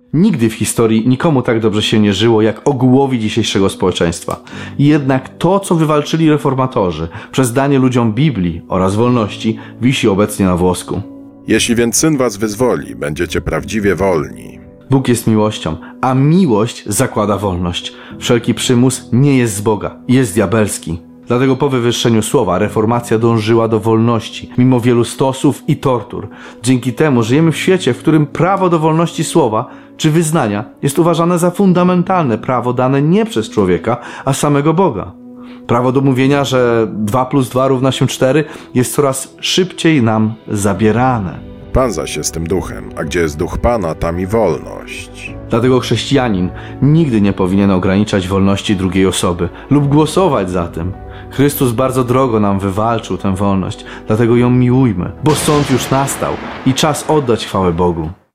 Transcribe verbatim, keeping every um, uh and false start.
Nigdy w historii nikomu tak dobrze się nie żyło, jak ogółowi dzisiejszego społeczeństwa. Jednak to, co wywalczyli reformatorzy przez danie ludziom Biblii oraz wolności, wisi obecnie na włosku. Jeśli więc Syn was wyzwoli, będziecie prawdziwie wolni. Bóg jest miłością, a miłość zakłada wolność. Wszelki przymus nie jest z Boga, jest diabelski. Dlatego po wywyższeniu słowa reformacja dążyła do wolności, mimo wielu stosów i tortur. Dzięki temu żyjemy w świecie, w którym prawo do wolności słowa czy wyznania jest uważane za fundamentalne prawo dane nie przez człowieka, a samego Boga. Prawo do mówienia, że dwa plus dwa równa się cztery jest coraz szybciej nam zabierane. Pan zaś jest tym duchem, a gdzie jest duch Pana, tam i wolność. Dlatego chrześcijanin nigdy nie powinien ograniczać wolności drugiej osoby lub głosować za tym. Chrystus bardzo drogo nam wywalczył tę wolność, dlatego ją miłujmy, bo sąd już nastał i czas oddać chwałę Bogu.